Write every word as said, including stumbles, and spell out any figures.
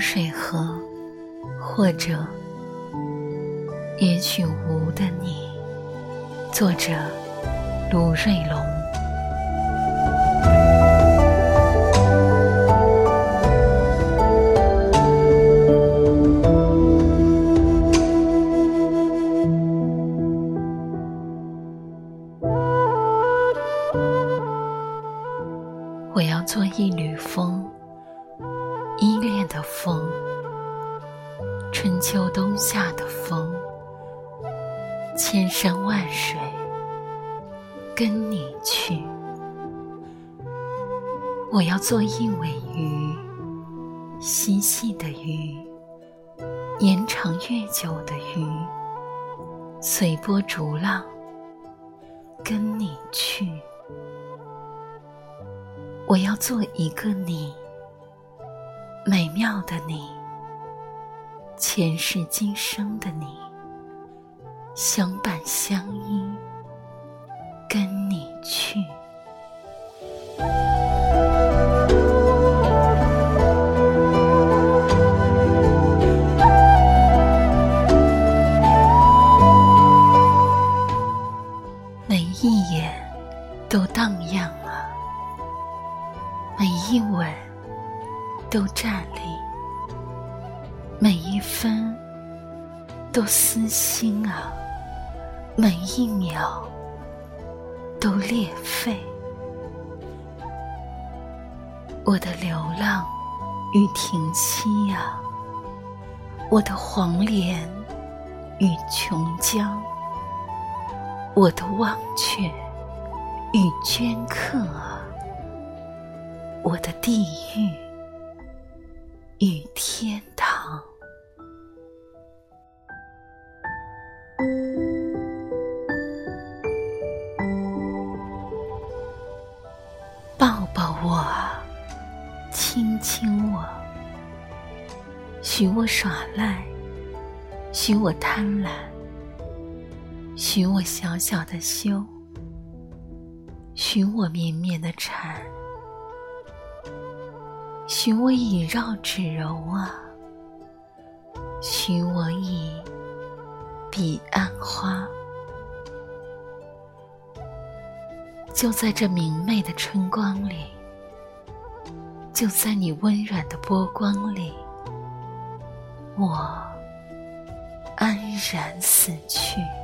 水河，或者也许无的你。作者卢瑞龙。我要做一缕风，依恋的风，春秋冬夏的风，千山万水跟你去。我要做一尾鱼，嬉戏的鱼，延长越久的鱼，随波逐浪跟你去。我要做一个你，美妙的你，前世今生的你，相伴相依跟你去。每一眼都荡漾啊，每一吻都站立，每一分都撕心啊，每一秒都裂肺。我的流浪与停息啊，我的黄连与琼浆，我的忘却与镌刻啊，我的地狱与天堂。抱抱我啊，亲亲我，许我耍赖，许我贪婪，许我小小的羞，许我绵绵的缠，许我以绕指柔啊，许我以彼岸花。就在这明媚的春光里，就在你温软的波光里，我安然死去。